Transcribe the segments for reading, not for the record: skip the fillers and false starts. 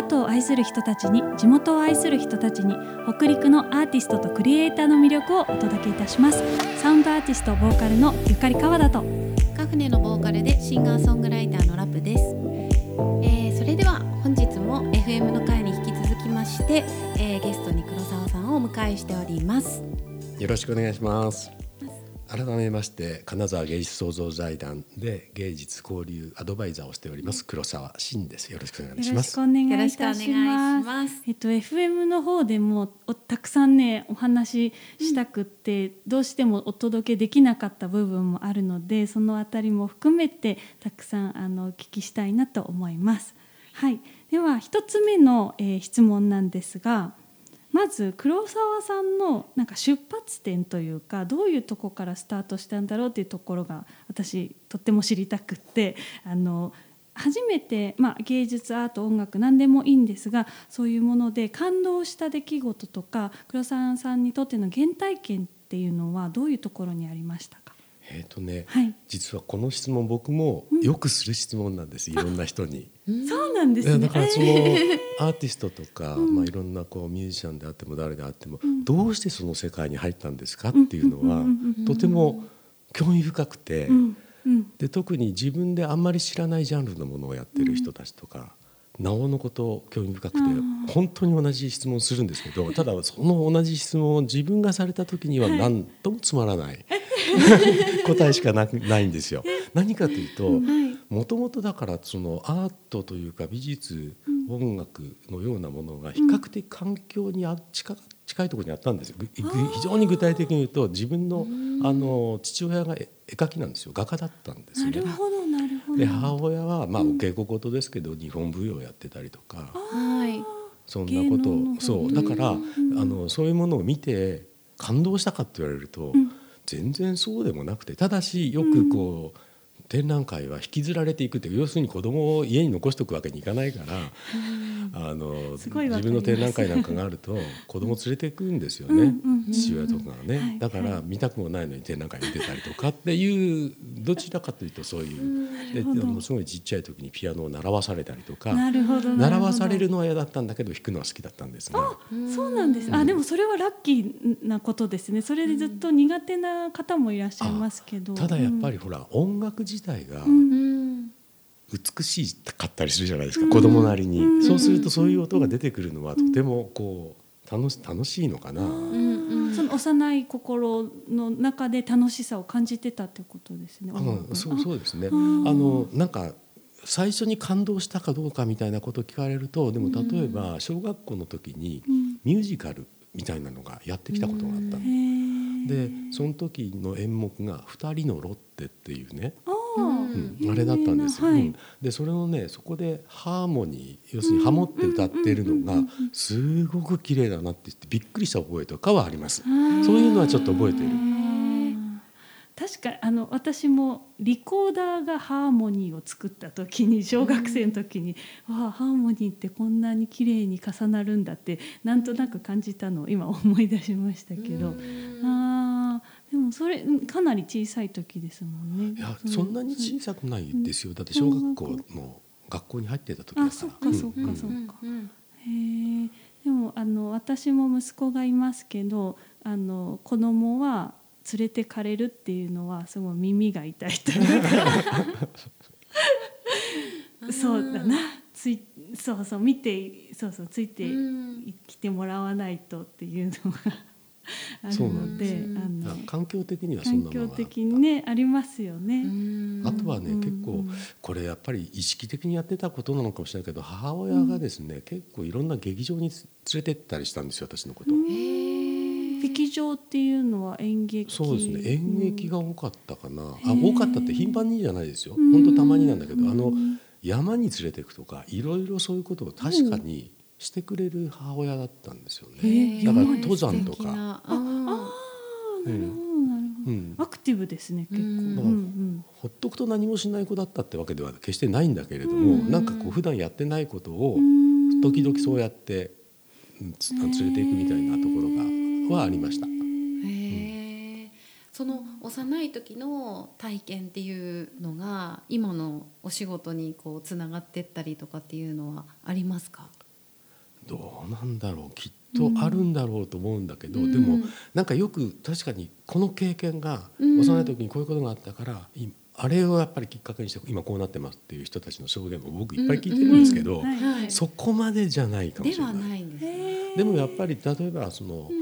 ートを愛する人たちに、地元を愛する人たちに、北陸のアーティストとクリエイターの魅力をお届けいたします。サウンドアーティストボーカルのゆかり川田とカフネのボーカルでシンガーソングライターのラプです。それでは本日も FM の会に引き続きまして、ゲストに黒沢さんをお迎えしております。 よろしくお願いします。改めまして金沢芸術創造財団で芸術交流アドバイザーをしております黒沢真です。よろしくお願いします。 よろしくお願いいたします。FM の方でもたくさんねお話ししたくって、どうしてもお届けできなかった部分もあるので、そのあたりも含めてたくさんお聞きしたいなと思います。はい、では一つ目の、質問なんですが、まず黒沢さんのなんか出発点というか、どういうとこからスタートしたんだろうというところが私とっても知りたくって、初めて、芸術アート音楽何でもいいんですが、そういうもので感動した出来事とか、黒沢さんにとっての原体験っていうのはどういうところにありましたか？ はい、実はこの質問僕もよくする質問なんです、いろんな人に。 そうなんですね。 だからそのアーティストとか、いろんなこうミュージシャンであっても誰であっても、どうしてその世界に入ったんですかっていうのはとても興味深くて、で特に自分であんまり知らないジャンルのものをやってる人たちとか、なおのこと興味深くて本当に同じ質問するんですけど、ただその同じ質問を自分がされた時には何ともつまらない答えしかないんですよ。何かというと、もともとだからそのアートというか美術、音楽のようなものが比較的環境に近いところにあったんですよ。非常に具体的に言うと、自分の父親が絵描きなんですよ。画家だったんですよね。 なるほどなるほど。 で母親はお稽古事ですけど日本舞踊をやってたりとか、そんなことをそうだから、そういうものを見て感動したかって言われると、全然そうでもなくて、ただしよくこう、展覧会は引きずられていくって、要するに子供を家に残しておくわけにいかないから、自分の展覧会なんかがあると子供連れていくんですよね、父親とかがね。だから見たくもないのに展覧会に出たりとかっていう、どちらかというとそういうですごいちっちゃい時にピアノを習わされたりとか、習わされるのは嫌だったんだけど弾くのは好きだったんですが。 そうなんです。でもそれはラッキーなことですね。それでずっと苦手な方もいらっしゃいますけど、 ただやっぱりほら、音楽自体が美しかったりするじゃないですか、子供なりに。そうするとそういう音が出てくるのはとてもこう楽しいのかな。 その幼い心の中で楽しさを感じてたってことですね。 そうですね。なんか最初に感動したかどうかみたいなことを聞かれると、でも例えば小学校の時にミュージカルみたいなのがやってきたことがあったので、その時の演目が二人のロッテっていうね、あれだったんですよ。でそれをね、そこでハーモニー、要するにハモって歌ってるのがすごく綺麗だなって言ってびっくりした覚えとかはあります。そういうのはちょっと覚えてる。 確か私もリコーダーがハーモニーを作った時に、小学生の時に、ハーモニーってこんなに綺麗に重なるんだってなんとなく感じたのを今思い出しましたけど、でもそれかなり小さい時ですもんね。 いや、そんなに小さくないですよ。だって小学校の学校に入ってた時だから。 そうか。でも私も息子がいますけど、子供は連れてかれるっていうのはすごい耳が痛いというかそうだな、そう見て、ついてきてもらわないとっていうのがあるので、 環境的にはそんなのが環境的にねありますよね。 あとはね、結構これやっぱり意識的にやってたことなのかもしれないけど、母親がですね、結構いろんな劇場に連れてったりしたんですよ、私のこと。 劇場っていうのは演劇？ そうですね、演劇が多かったかな。多かったって頻繁にじゃないですよ、本当たまになんだけど、山に連れていくとかいろいろそういうことを確かにしてくれる母親だったんですよね。だから登山とか。 なるほど、アクティブですね結構。 ほっとくと何もしない子だったってわけでは決してないんだけれども、なんかこう普段やってないことを時々そうやって連れていくみたいなところはありました。 その幼い時の体験っていうのが今のお仕事にこうつながってったりとかっていうのはありますか？ どうなんだろう、きっとあるんだろうと思うんだけど、でもなんかよく確かにこの経験が幼い時にこういうことがあったから、あれをやっぱりきっかけにして今こうなってますっていう人たちの証言も僕いっぱい聞いてるんですけど、そこまでじゃないかもしれない。 ではないんです。 でもやっぱり例えばその、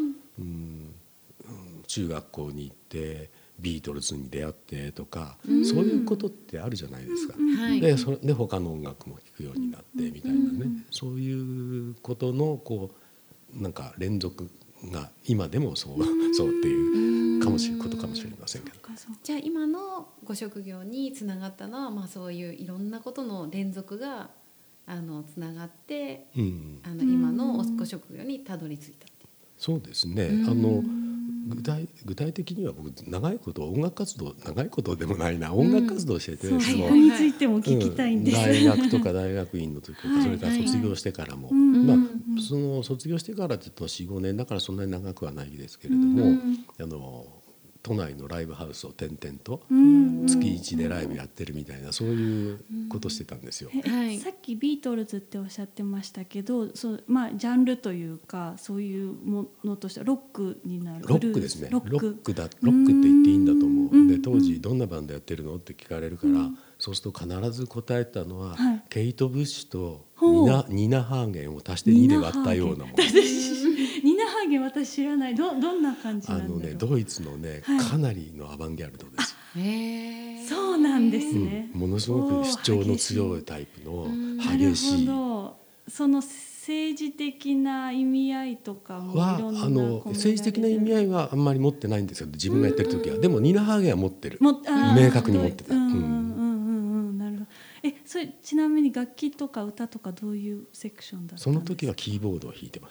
中学校に行ってビートルズに出会ってとか、そういうことってあるじゃないですか。でそれで他の音楽も聴くようになってみたいなね、そういうことのこうなんか連続が今でもそうっていうことかもしれませんけど。 じゃあ今のご職業につながったのは、まあ、そういういろんなことの連続がつながって、今のご職業にたどり着いたって。 そうですね。具体的には僕長いこと音楽活動、長いことでもないな、音楽活動してて、 そこについても聞きたいんです。 大学とか大学院の時とか、それから卒業してからも、まあその卒業してからって言っても 4,5 年だからそんなに長くはないですけれども、都内のライブハウスを転々と月1でライブやってるみたいな、そういうことしてたんですよ。 さっきビートルズっておっしゃってましたけど、まあ、ジャンルというかそういうものとしてはロックになる。 ロックですね。ロックって言っていいんだと思う。で当時どんなバンドやってるのって聞かれるから、そうすると必ず答えたのは、ケイト・ブッシュとニナ・ハーゲンを足して2で割ったようなもの。 ニナ・ハーゲン私知らない。どんな感じなんだろう。 ドイツのね、かなりのアバンギャルドです。 そうなんですね。 ものすごく主張の強いタイプの激しい。 なるほど。その政治的な意味合いとかもいろんな政治的な意味合いはあんまり持ってないんですよ、自分がやってる時は。でもニナ・ハーゲンは持ってる。明確に持ってた。 なるほど。それちなみに楽器とか歌とかどういうセクションだったんですか？ その時はキーボードを弾いてました。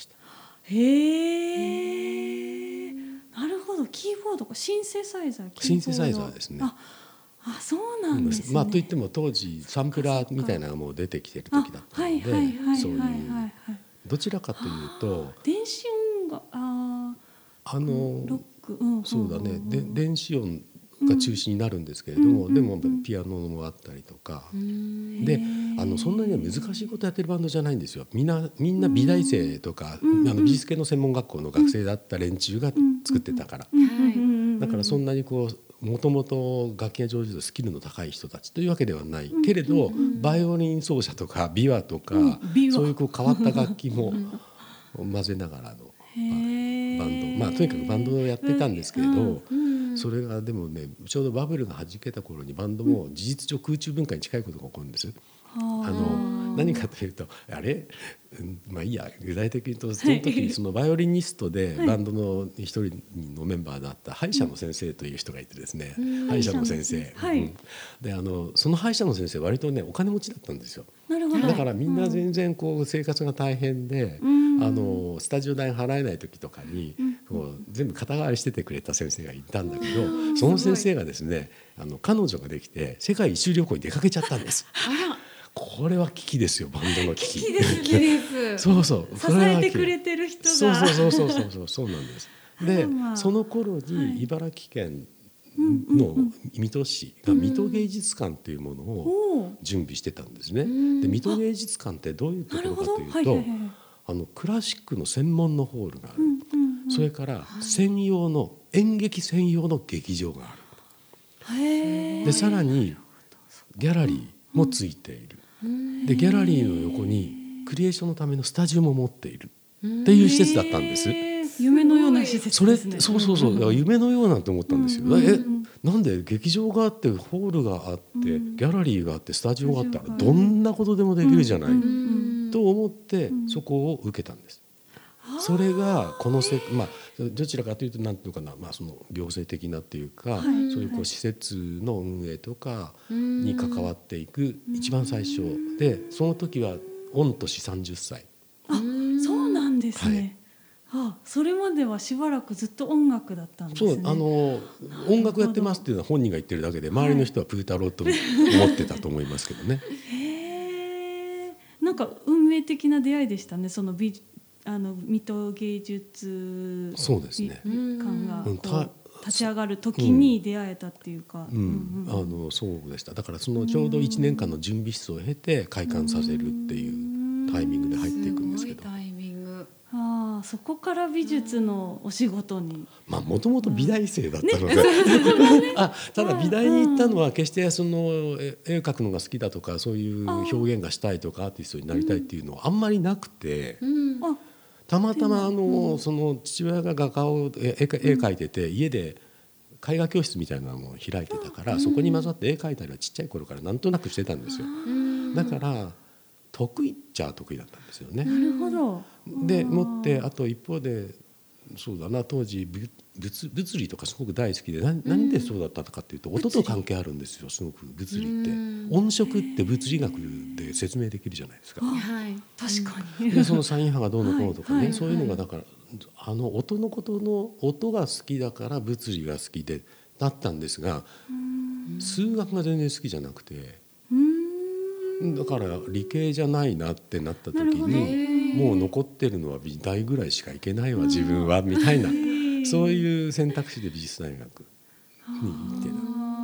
へえ、なるほど。キーボードかシンセサイザーですね。 そうなんですね。 まあといっても当時サンプラーみたいなのがもう出てきてる時だったので、そういうどちらかというと電子音がロック、 そうだね、電子音が中心になるんですけれども、でもピアノもあったりとかで、そんなに難しいことやってるバンドじゃないんですよ。みんな美大生とか美術系の専門学校の学生だった連中が作ってたから、だからそんなにこうもともと楽器が上手でスキルの高い人たちというわけではないけれど、バイオリン奏者とか琵琶とか、そういうこう変わった楽器も混ぜながらのバンド、まあとにかくバンドをやってたんですけれど、それがでもね、ちょうどバブルがはじけた頃にバンドも事実上空中分解に近いことが起こるんです。何かというとまあいいや、具体的に言うとその時にそのバイオリニストでバンドの一人のメンバーだった歯医者の先生という人がいてですね、歯医者の先生、でその歯医者の先生割とねお金持ちだったんですよ。だからみんな全然こう生活が大変で、スタジオ代払えない時とかにこう全部肩代わりしててくれた先生がいたんだけど、その先生がですね彼女ができて世界一周旅行に出かけちゃったんです。これは危機ですよ、バンドの危機。そうそう、 支えてくれてる人が。 そうなんです。でその頃に茨城県の水戸市が水戸芸術館っていうものを準備してたんですね。で水戸芸術館ってどういうところかというと、クラシックの専門のホールがある、それから専用の演劇専用の劇場がある。でさらにギャラリーもついている。でギャラリーの横にクリエーションのためのスタジオも持っているっていう施設だったんです。 夢のような施設ですね。 そうだから夢のようなと思ったんですよ。なんで劇場があってホールがあってギャラリーがあってスタジオがあったらどんなことでもできるじゃないと思ってそこを受けたんです。それがこのまあどちらかというとなんていうのかな、まあその行政的なっていうか、そういうこう施設の運営とかに関わっていく一番最初で、その時は御年30歳。 そうなんですね。それまではしばらくずっと音楽だったんですね。 音楽やってますっていうのは本人が言ってるだけで、周りの人はプータローと思ってたと思いますけどね。 なんか運命的な出会いでしたね。その水戸芸術館が立ち上がる時に出会えたっていうか、そうでした。だからそのちょうど1年間の準備室を経て開館させるっていうタイミングで入っていくんですけど、 そこから美術のお仕事に。 もともと美大生だったので、ただ美大に行ったのは決してその絵描くのが好きだとかそういう表現がしたいとかアーティストになりたいっていうのはあんまりなくて、たまたまその父親が画家を絵描いてて家で絵画教室みたいなのを開いてたから、そこに混ざって絵描いたりはちっちゃい頃からなんとなくしてたんですよ。だから得意っちゃ得意だったんですよね。 なるほど。 でもってあと一方でそうだな、当時物理とかすごく大好きで、何でそうだったかっていうと音と関係あるんですよ。すごく物理って音色って物理学で説明できるじゃないですか。 確かに。 でそのサイン波がどうのこうのとかね、そういうのがだから音のことの音が好きだから物理が好きでだったんですが、数学が全然好きじゃなくて、だから理系じゃないなってなった時にもう残ってるのは美大ぐらいしかいけないわ自分はみたいな、そういう選択肢で美術大学に行って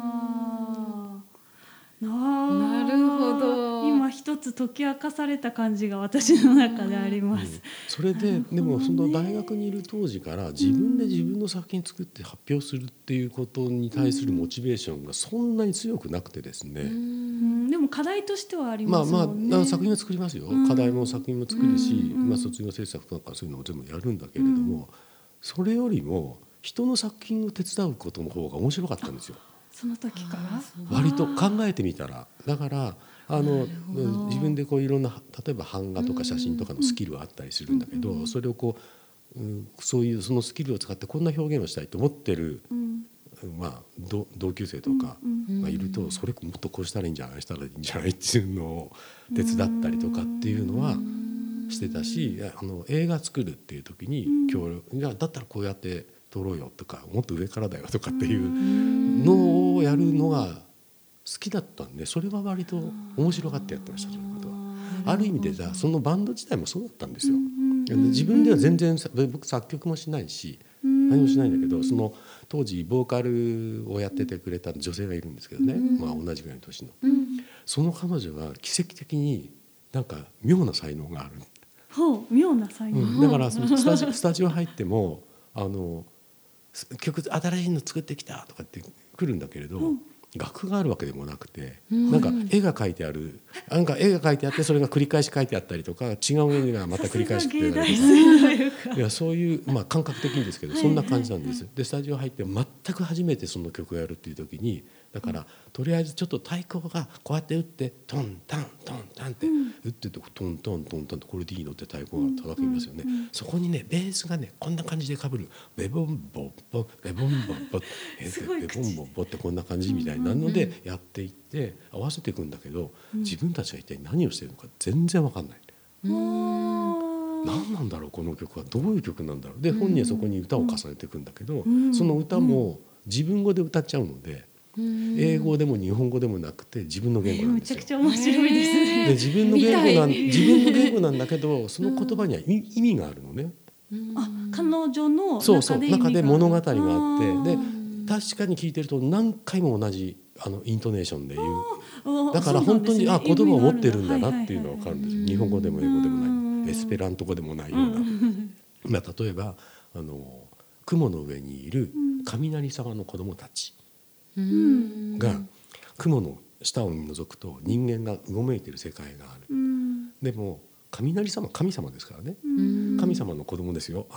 なるほど。 今一つ解き明かされた感じが私の中であります。 それででもその大学にいる当時から自分で自分の作品作って発表するっていうことに対するモチベーションがそんなに強くなくてですね。 でも課題としてはありますもんね。 作品は作りますよ。課題も作品も作るし、卒業制作とかそういうのも全部やるんだけれども、それよりも人の作品を手伝うことの方が面白かったんですよ。 その時から割と考えてみたら、だから自分でこういろんな例えば版画とか写真とかのスキルはあったりするんだけど、それをこう、そういうそのスキルを使ってこんな表現をしたいと思ってる、同級生とかがいると、それもっとこうしたらいいんじゃないしたらいいんじゃないっていうのを手伝ったりとかっていうのはしてたし、映画作るっていう時にだったらこうやって撮ろうよとか、もっと上からだよとかっていうのをやるのが好きだったんで、それは割と面白がってやってました。そのことはある意味でそのバンド自体もそうだったんですよ。自分では全然僕作曲もしないし何もしないんだけど、その当時ボーカルをやっててくれた女性がいるんですけどね、同じぐらいの年の、その彼女が奇跡的になんか妙な才能がある。 妙な才能、 だからスタジオ入っても曲新しいの作ってきたとかって来るんだけれど、楽があるわけでもなくて、なんか絵が描いてある、なんか絵が描いてあってそれが繰り返し描いてあったりとか、違う絵がまた繰り返し描いてあったりとか、いやそういう、感覚的にですけどそんな感じなんです。でスタジオ入って全く初めてその曲をやるっていう時に、だからとりあえずちょっと太鼓がこうやって打ってトンタントンタンって打ってて、トントントントンってこれでいいのって太鼓が叩きますよね。そこにねベースがねこんな感じでかぶる、ベボンボンボンベボンボンボンベボンボンボンってこんな感じみたいなのでやっていって合わせていくんだけど、自分たちが一体何をしてるのか全然わかんない。何なんだろうこの曲は、どういう曲なんだろう。で本人はそこに歌を重ねていくんだけど、その歌も自分語で歌っちゃうので、英語でも日本語でもなくて自分の言語なんですよ。 めちゃくちゃ面白いですね。 で自分の言語なんだけど、その言葉には意味があるのね。 彼女の中で物語があって、で確かに聞いてると何回も同じイントネーションで言う。だから本当に言葉を持ってるんだなっていうのが分かるんですよ。日本語でも英語でもない、エスペラント語でもないような。例えば雲の上にいる雷様の子供たちが雲の下を覗くと人間がうごめいてる世界がある。でも雷様神様ですからね、神様の子供ですよ。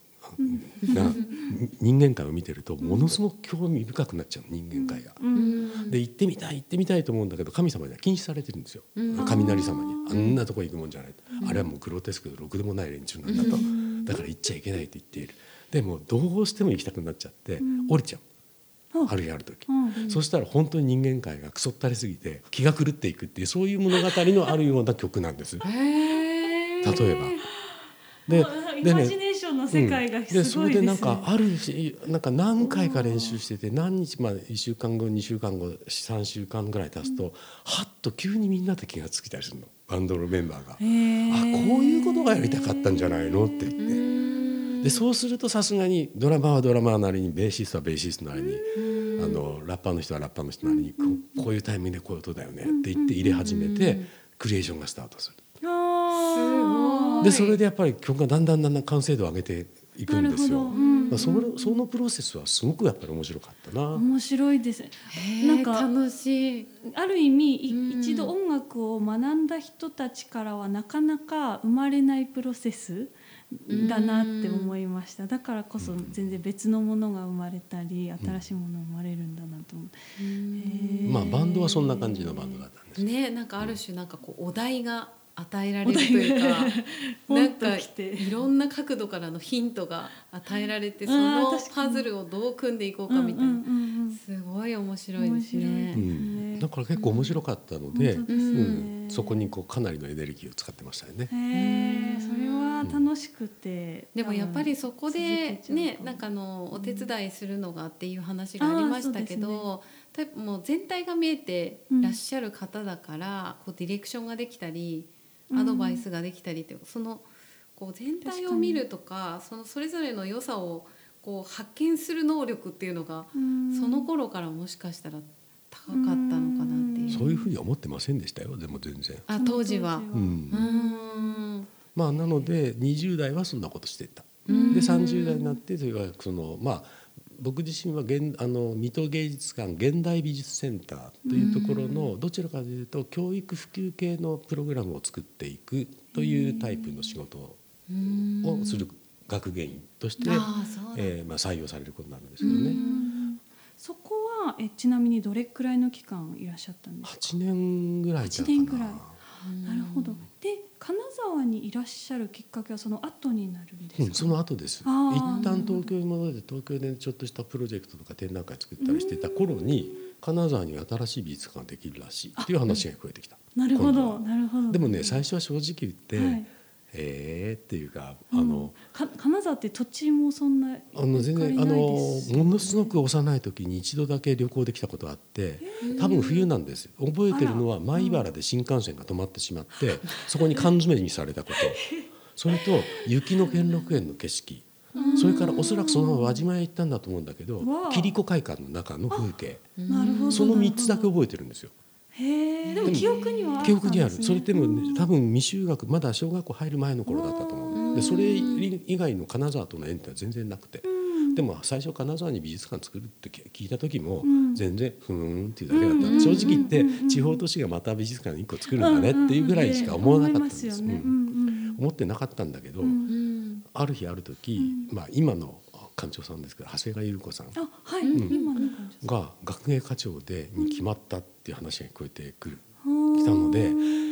人間界を見てるとものすごく興味深くなっちゃう、人間界が。で行ってみたいと思うんだけど、神様には禁止されてるんですよ。雷様にあんなとこ行くもんじゃない、あれはもうグロテスクでろくでもない連中なんだと、だから行っちゃいけないと言っている。でもどうしても行きたくなっちゃって降りちゃう、ある日ある時、そしたら本当に人間界がクソったれすぎて気が狂っていくっていう、そういう物語のあるような曲なんです。例えばイマジネーションの世界がすごいですね。 それでなんかあるし、なんか何回か練習してて何日、1週間後2週間後3週間ぐらい経つと、はっと急にみんなで気がつきたりするの、バンドのメンバーが。こういうことがやりたかったんじゃないのって言って、でそうするとさすがにドラマーはドラマーなりに、ベーシストはベーシストなりに、ラッパーの人はラッパーの人なりに、こういうタイミングでこういう音だよねって言って入れ始めて、クリエーションがスタートする。 でそれでやっぱり曲がだんだん完成度を上げていくんですよ。そのプロセスはすごくやっぱり面白かったな。 面白いです。なんか楽しい。 ある意味一度音楽を学んだ人たちからはなかなか生まれないプロセスだなって思いました。だからこそ全然別のものが生まれたり新しいものが生まれるんだなと思って、 まあバンドはそんな感じのバンドだったんですね。なんかある種なんかこうお題が与えられるというかなんかいろんな角度からのヒントが与えられてそのパズルをどう組んでいこうかみたいなすごい面白いですね。 だから結構面白かったので、そこにこうかなりのエネルギーを使ってましたよね。 それは楽しくて、 でもやっぱりそこでね、なんかお手伝いするのがっていう話がありましたけど、もう全体が見えてらっしゃる方だから、こうディレクションができたりアドバイスができたりって、そのこう全体を見るとか、それぞれの良さをこう発見する能力っていうのが、その頃からもしかしたら高かったのかなっていう。 そういうふうには思ってませんでしたよ。でも全然当時は。 まあなので20代はそんなことしてた。で30代になってそれは僕自身は水戸芸術館現代美術センターというところのどちらかというと教育普及系のプログラムを作っていくというタイプの仕事をする学芸員として採用されることになるんですけどね。 そこはちなみにどれくらいの期間いらっしゃったんですか ？8年ぐらいだったかな。 8年ぐらい。なるほど。で金沢にいらっしゃるきっかけはその後になるんですか？ その後です。一旦東京に戻って東京でちょっとしたプロジェクトとか展覧会作ったりしてた頃に金沢に新しい美術館ができるらしいっていう話が聞こえてきた。 なるほどなるほど。 でもね最初は正直言って、っていうか金沢って土地もそんな全然ものすごく幼い時に一度だけ旅行できたことがあって、多分冬なんです。覚えてるのは米原で新幹線が止まってしまってそこに缶詰にされたこと、それと雪の兼六園の景色、それからおそらくそのまま輪島へ行ったんだと思うんだけど桐子会館の中の風景、その3つだけ覚えてるんですよ。 でも記憶にはあったんですね。 記憶にある。それでも、多分未就学まだ小学校入る前の頃だったと思う。でそれ以外の金沢との縁って全然なくて、でも最初金沢に美術館作るって聞いた時も全然ふーんっていうだけだった。正直言って地方都市がまた美術館1個作るんだねっていうぐらいしか思わなかったんです。思ってなかったんだけど、ある日ある時、今の館長さんですけど長谷川由子さんが学芸課長に決まったっていう話が聞こえてきたので、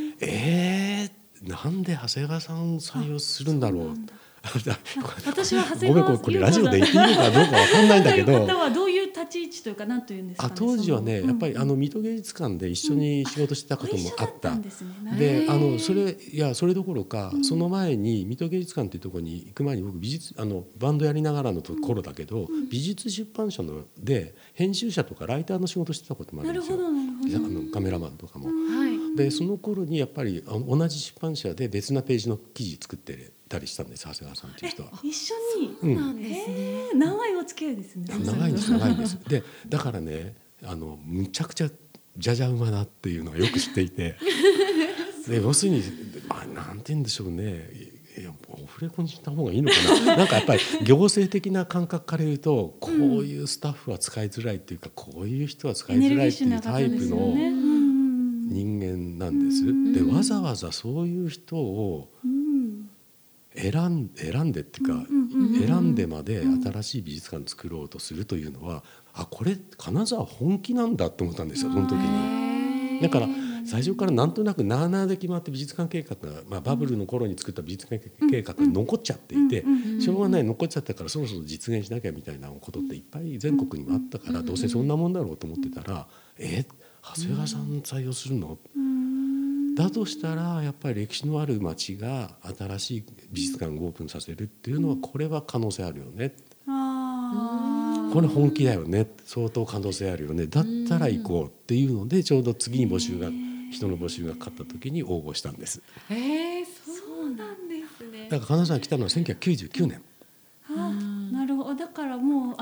なんで長谷川さん採用するんだろう。 私は長谷川これラジオで言っていいのかどうか分かんないんだけど方はどういう立ち位置というか何というんですかね。 当時はねやっぱり水戸芸術館で一緒に仕事してたこともあった。でそれどころかその前に水戸芸術館っていうところに行く前に僕バンドやりながらの頃だけど美術出版社で編集者とかライターの仕事してたこともあるんですよ。カメラマンとかも。でその頃にやっぱり同じ出版社で別なページの記事作ってたりしたんです。長谷川さんという人は一緒に。そうなんですね。長いお付き合いですね。 長いんです。でだからねむちゃくちゃじゃじゃ馬だっていうのはよく知っていてで要するになんて言うんでしょうね、オフレコにした方がいいのかななんかやっぱり行政的な感覚から言うとこういうスタッフは使いづらいっていうか、こういう人は使いづらいっていうタイプの人間なんです。でわざわざそういう人を選んでっていうか、選んでまで新しい美術館作ろうとするというのはこれ金沢本気なんだと思ったんですよ、その時に。だから最初からなんとなくなあなあで決まって美術館計画が、バブルの頃に作った美術館計画が残っちゃっていて、しょうがない残っちゃったからそろそろ実現しなきゃみたいなことっていっぱい全国にもあったから、どうせそんなもんだろうと思ってたら長谷川さん採用するの？だとしたらやっぱり歴史のある町が新しい美術館をオープンさせるっていうのはこれは可能性あるよね、これ本気だよね、相当可能性あるよね、だったら行こうっていうのでちょうど次に人の募集がかかった時に応募したんです。 そうなんですね。 だから金沢に来たのは1999年。 なるほど。だからもう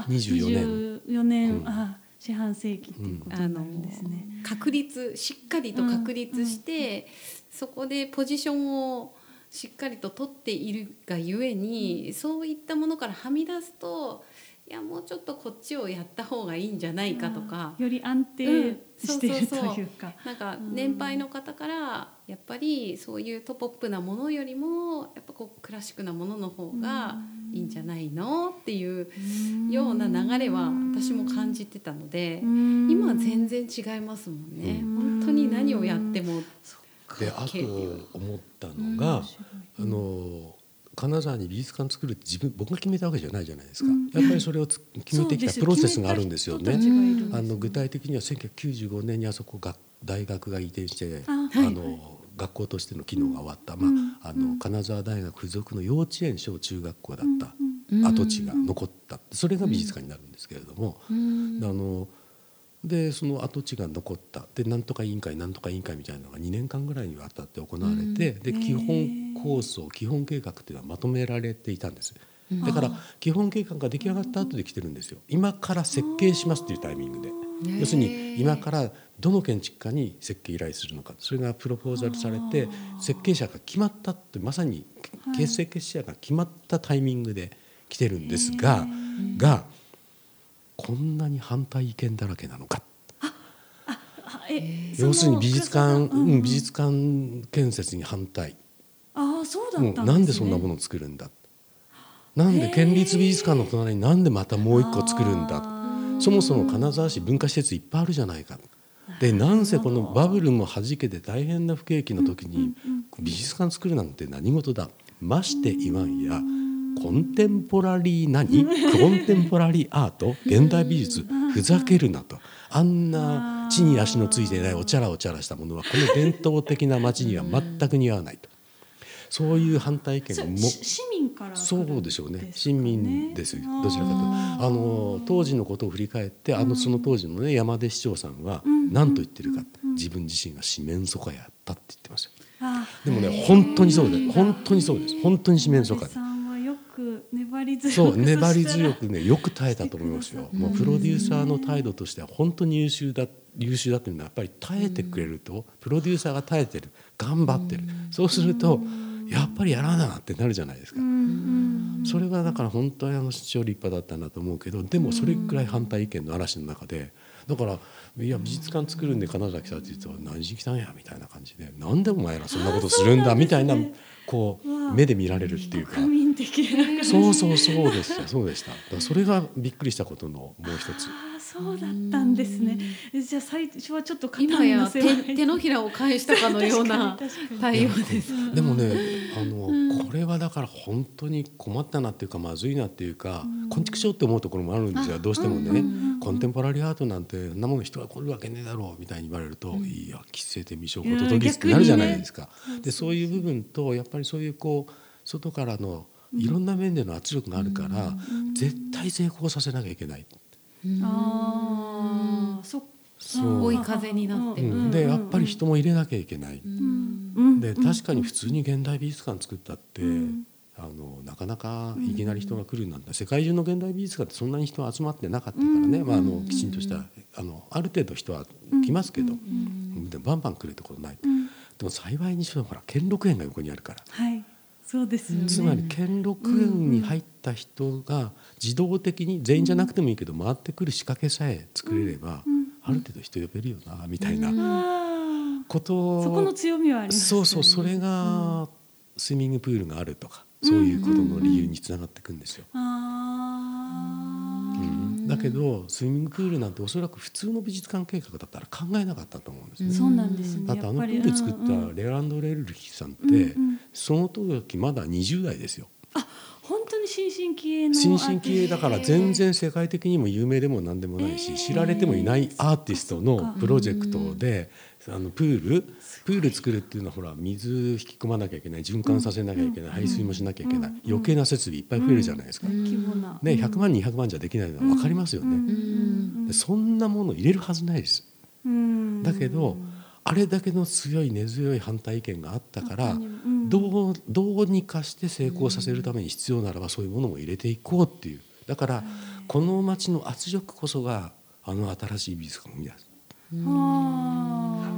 24年、四半世紀っていうことなんですね。 しっかりと確立して、そこでポジションをしっかりと取っているがゆえに、そういったものからはみ出すと、いやもうちょっとこっちをやった方がいいんじゃないかとか、 より安定しているというか、 なんか年配の方からやっぱりそういうトポップなものよりもやっぱこうクラシックなものの方がいいんじゃないのっていうような流れは私も感じてたので、今は全然違いますもんね。本当に何をやっても。 であと思ったのが、金沢に美術館作るって僕が決めたわけじゃないじゃないですか、やっぱりそれを決めてきたプロセスがあるんですよね。具体的には1995年にあそこ大学が移転して、学校としての機能が終わった、金沢大学附属の幼稚園小中学校だった跡地が残った、それが美術館になるんですけれども、でその跡地が残ったで、なんとか委員会なんとか委員会みたいなのが2年間ぐらいにわたって行われて、で基本構想基本計画っていうのはまとめられていたんです。だから基本計画が出来上がった後で来てるんですよ。今から設計しますっていうタイミングで、要するに今からどの建築家に設計依頼するのか、それがプロポーザルされて設計者が決まったって、まさに設計者が決まったタイミングで来てるんですが、こんなに反対意見だらけなのか。要するに美術館建設に反対。 そうだったんですね。 なんでそんなものを作るんだ、なんで県立美術館の隣になんでまたもう一個作るんだ、そもそも金沢市文化施設いっぱいあるじゃないか。でなんせこのバブルも弾けて大変な不景気の時に美術館作るなんて何事だ、まして言わんやコンテンポラリーコンテンポラリーアート現代美術ふざけるなと、あんな地に足のついていないおちゃらおちゃらしたものはこの伝統的な街には全く似合わないと、そういう反対意見が市民から、 そうでしょうね、市民ですよ、どちらかというと当時のことを振り返ってその当時のね山出市長さんは何と言ってるか、自分自身が四面楚歌やったって言ってますよ。でもね本当にそうです、本当にそうです、本当に四面楚歌で、 粘り強く粘り強くねよく耐えたと思いますよ。もうプロデューサーの態度としては本当に優秀だっていうのはやっぱり耐えてくれると、プロデューサーが耐えてる、頑張ってる、そうするとやっぱりやらなってなるじゃないですか。それがだから本当に市長立派だったなと思うけど、でもそれくらい反対意見の嵐の中で、だからいや美術館作るんで金沢来たって言うと何しに来たんやみたいな感じで、なんでお前らそんなことするんだみたいなこう目で見られるっていうか、そうでしたそうでした。だからそれがびっくりしたことのもう一つ。 そうだったんですね。じゃあ最初はちょっと今や手のひらを返したかのような対応です。 でもねこれはだから本当に困ったなっていうかまずいなっていうか、こんちくしょうって思うところもあるんですよ、どうしてもね。コンテンポラリーアートなんてそんなもの人が来るわけねえだろうみたいに言われると、いや喫せてみしょうこととぎってなるじゃないですか。でそういう部分とやっぱりそういう外からのいろんな面での圧力があるから、絶対成功させなきゃいけない。 そう追い風になってる、 でやっぱり人も入れなきゃいけない、で確かに普通に現代美術館作ったって、なかなかいきなり人が来るなんて、世界中の現代美術館ってそんなに人集まってなかったからね、きちんとしたある程度人は来ますけど、でもバンバン来るってことない、でも幸いにしろほら兼六園が横にあるから、 そうですよね。 つまり兼六園に入った人が自動的に全員じゃなくてもいいけど回ってくる仕掛けさえ作れれば、ある程度人呼べるよなみたいなこと、 そこの強みはありますよね。 それがスイミングプールがあるとか、そういうことの理由につながっていくんですよ。だけどスイミングプールなんておそらく普通の美術館計画だったら考えなかったと思うんですね。 そうなんですね。 だってプール作ったレアンド・レルリヒさんって、その時まだ20代ですよ。 本当に新進気鋭の新進気鋭だから全然世界的にも有名でも何でもないし、知られてもいないアーティストのプロジェクトで、プール作るっていうのはほら水引き込まなきゃいけない、循環させなきゃいけない、排水もしなきゃいけない、余計な設備いっぱい増えるじゃないですか。 規模なね、100万200万じゃできないのは分かりますよね。でそんなもの入れるはずないです。だけどあれだけの強い根強い反対意見があったから、どうにかして成功させるために必要ならばそういうものも入れていこうっていう、だからこの街の圧力こそが新しい美術館を生み出す。 なん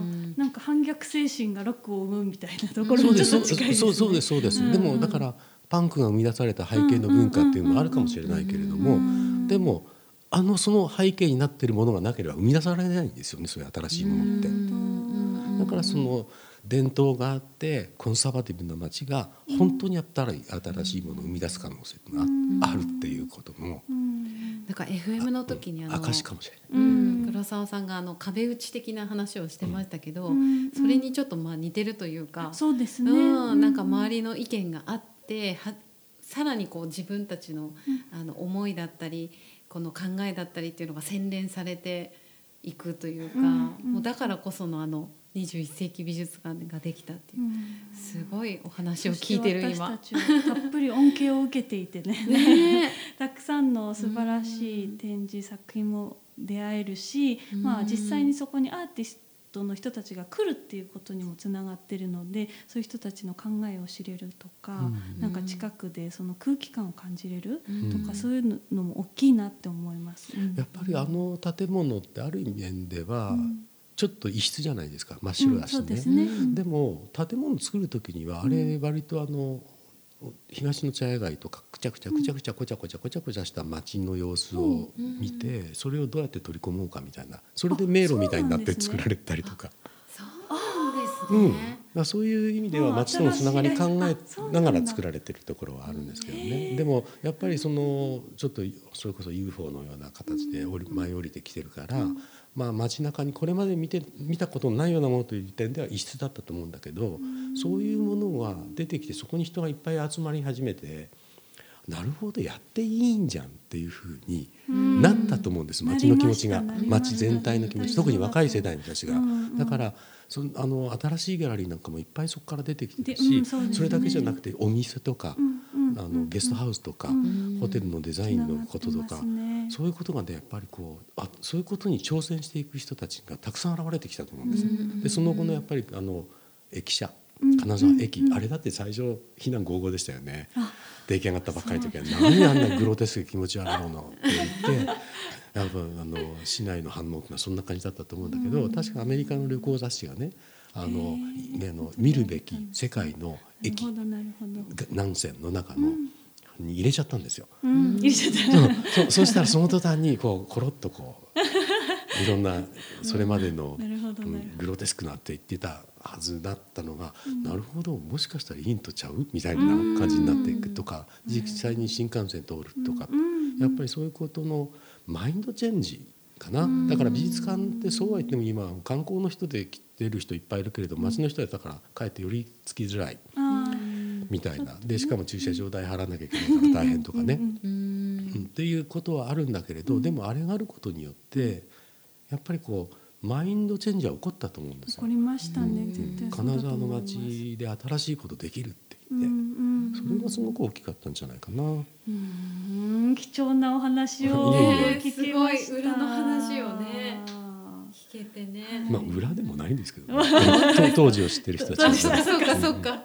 なんか反逆精神がロックを生むみたいなところにちょっと近いですね。 そうですそうです。でもだからパンクが生み出された背景の文化っていうのはあるかもしれないけれども、でもその背景になっているものがなければ生み出されないんですよね、そういう新しいものって。だからその伝統があってコンサバティブな街が本当に新しいものを生み出す可能性があるっていうこともなんか FM の時に証かもしれない。 黒沢さんが壁打ち的な話をしてましたけど、それにちょっと似てるというか、 そうですね、 なんか周りの意見があってさらにこう自分たちの、思いだったりこの考えだったりっていうのが洗練されていくというか、もうだからこその21世紀美術館ができたっていう、すごいお話を聞いてる今。 私たちはたっぷり恩恵を受けていて ねたくさんの素晴らしい展示作品も出会えるし、実際にそこにアーティストの人たちが来るっていうことにもつながってるので、そういう人たちの考えを知れるとか、なんか近くでその空気感を感じれるとか、そういうのも大きいなって思います。 やっぱり建物ってある意味では、ちょっと異質じゃないですか、真っ白だしね。でも建物作る時にはあれ割と東の茶屋街とかくちゃくちゃこちゃこちゃした街の様子を見て、それをどうやって取り込もうかみたいな、それで迷路みたいになって作られたりとか。 そうなんですね。 そういう意味では街とのつながり考えながら作られてるところはあるんですけどね。でもやっぱりちょっとそれこそ UFO のような形で舞い降りてきてるから、街中にこれまで見たことのないようなものという点では異質だったと思うんだけど、そういうものが出てきてそこに人がいっぱい集まり始めて、なるほどやっていいんじゃんっていうふうになったと思うんです。街の気持ちが、街全体の気持ち、特に若い世代の人たちが。だから新しいギャラリーなんかもいっぱいそこから出てきてるし、それだけじゃなくてお店とかゲストハウスとかホテルのデザインのこととか、そういうことがねやっぱりそういうことに挑戦していく人たちがたくさん現れてきたと思うんです。でその後のやっぱり駅舎、金沢駅、あれだって最初非難合々でしたよね。出来上がったばっかりの時は何あんなグロテスク気持ち悪いものって言ってやっぱ市内の反応ってのはそんな感じだったと思うんだけど、確かアメリカの旅行雑誌がね見るべき世界の駅何線の中のに入れちゃったんですよ。そうしたらその途端にコロッといろんなそれまでのグロテスクなって言ってたはずだったのが、なるほどもしかしたらいいんとちゃうみたいな感じになっていくとか、実際に新幹線通るとか、やっぱりそういうことのマインドチェンジかな。だから美術館ってそうは言っても今観光の人で来てる人いっぱいいるけれど、街の人はだからかえってよりつきづらいみたいな。でしかも駐車場代払わなきゃいけないから大変とかねっていうことはあるんだけれど、でもあれがあることによってやっぱりマインドチェンジは起こったと思うんですよ。 起こりましたね、絶対そうだと思います。 金沢の街で新しいことできるって言って、それがすごく大きかったんじゃないかな。 貴重なお話を聞きました。 すごい裏の話をね聞けてね。 裏でもないんですけど、当時を知ってる人たちはそうか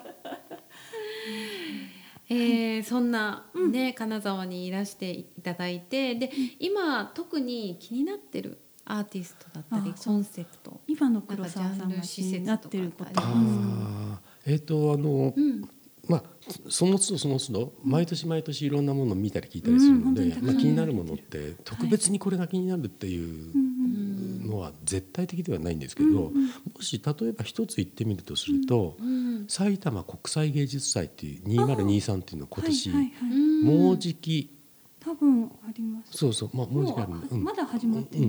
そんな金沢にいらしていただいて、で今特に気になってるアーティストだったりコンセプト、 今の黒沢さんが気になってることその都度毎年毎年いろんなものを見たり聞いたりするので、気になるものって特別にこれが気になるっていうのは絶対的ではないんですけど、もし例えば一つ言ってみるとすると、埼玉国際芸術祭っていう2023っていうのは今年もうじき多分あります。 もうじきあるんで、 まだ始まってない。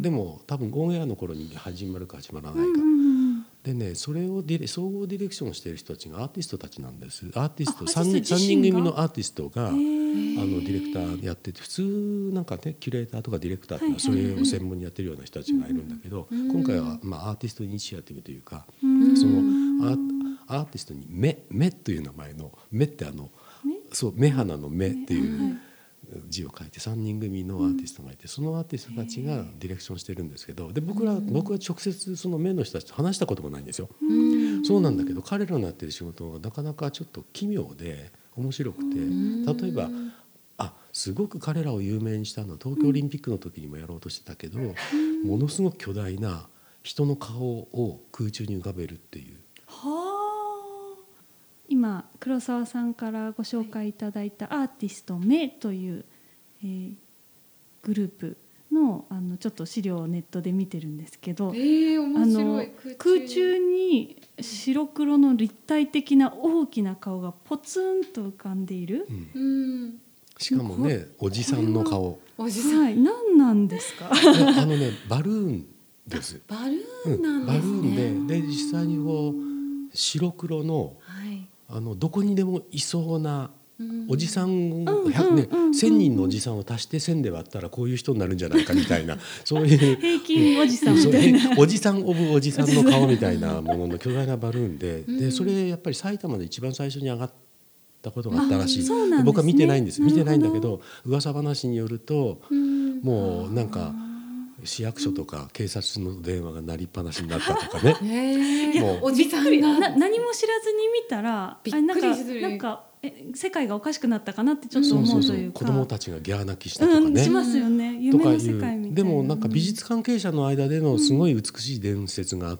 でも多分オンエアの頃に始まるか始まらないか。でね、それを総合ディレクションしている人たちがアーティストたちなんです。アーティスト3人組のアーティストがディレクターやってて、普通なんかねキュレーターとかディレクターっていうのはそれを専門にやってるような人たちがいるんだけど、今回はアーティストイニシアティブというか、そのアーティストに目という名前の目って目鼻の目っていう字を書いて3人組のアーティストがいて、そのアーティストたちがディレクションしてるんですけど、で僕は直接その目の人たちと話したこともないんですよ。そうなんだけど彼らのやってる仕事がなかなかちょっと奇妙で面白くて、例えばすごく彼らを有名にしたのは東京オリンピックの時にもやろうとしてたけど、ものすごく巨大な人の顔を空中に浮かべるっていう。 はあ。今黒沢さんからご紹介いただいたアーティスト目という、グループのちょっと資料をネットで見てるんですけど、 面白い。 空中に白黒の立体的な大きな顔がポツンと浮かんでいる、 しかもねおじさんの顔。 おじさん、 はい、何なんですか？ バルーンです。 バルーンなんですね。 バルーンで実際にこう白黒の、どこにでもいそうなおじさん1000人のおじさんを足して1000で割ったらこういう人になるんじゃないかみたいなそういう平均おじさんみたいなおじさんオブおじさんの顔みたいなものの巨大なバルーンでそれやっぱり埼玉で一番最初に上がったことがあったらしい。僕は見てないんです。見てないんだけど噂話によるともうなんか市役所とか警察の電話が鳴りっぱなしになったとかね。 もうおじさんが何も知らずに見たらびっくりする。 なんか世界がおかしくなったかなってちょっと思うというか、 子供たちがギャー泣きしたとかね、 しますよね。夢の世界みたいな。 でもなんか美術関係者の間でのすごい美しい伝説があって、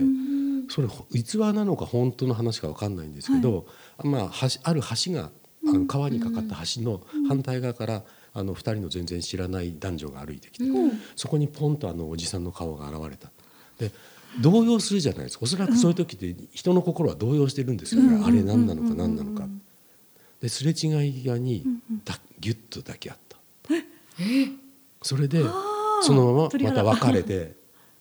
それ逸話なのか本当の話か分かんないんですけど、ある橋が川にかかった橋の反対側から2人の全然知らない男女が歩いてきて、そこにポンとおじさんの顔が現れた。で動揺するじゃないですか。おそらくそういう時って人の心は動揺してるんですよね。あれ何なのか何なのか。ですれ違い際にギュッと抱き合った。それでそのまままた別れて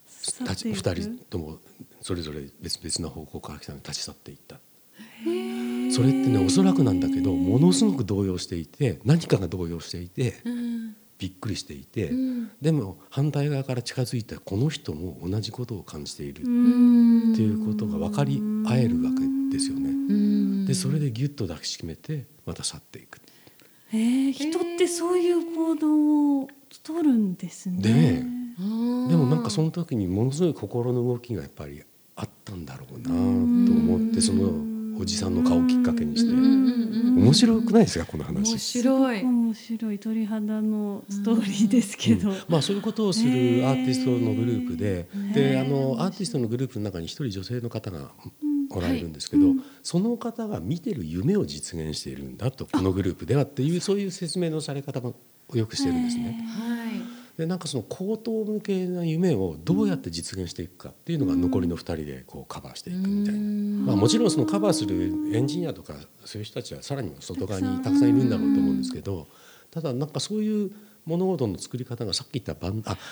2人ともそれぞれ別々な方向から立ち去っていった。それってねおそらくなんだけどものすごく動揺していて何かが動揺していてびっくりしていて、でも反対側から近づいたこの人も同じことを感じているっていうことが分かり合えるわけですよね。でそれでギュッと抱きしめてまた去っていく。 人ってそういう行動を取るんですね。 でもなんかその時にものすごい心の動きがやっぱりあったんだろうなと思ってそのおじさんの顔をきっかけにして面白くないですかこの話。 面白い鳥肌のストーリーですけど、 そういうことをするアーティストのグループでアーティストのグループの中に一人女性の方がおられるんですけど、その方が見てる夢を実現しているんだとこのグループではっていうそういう説明のされ方もよくしてるんですね。でなんかその高等向けな夢をどうやって実現していくかっていうのが残りの2人でこうカバーしていくみたいな。もちろんそのカバーするエンジニアとかそういう人たちはさらに外側にたくさんいるんだろうと思うんですけど、ただなんかそういう物事の作り方がさっき言った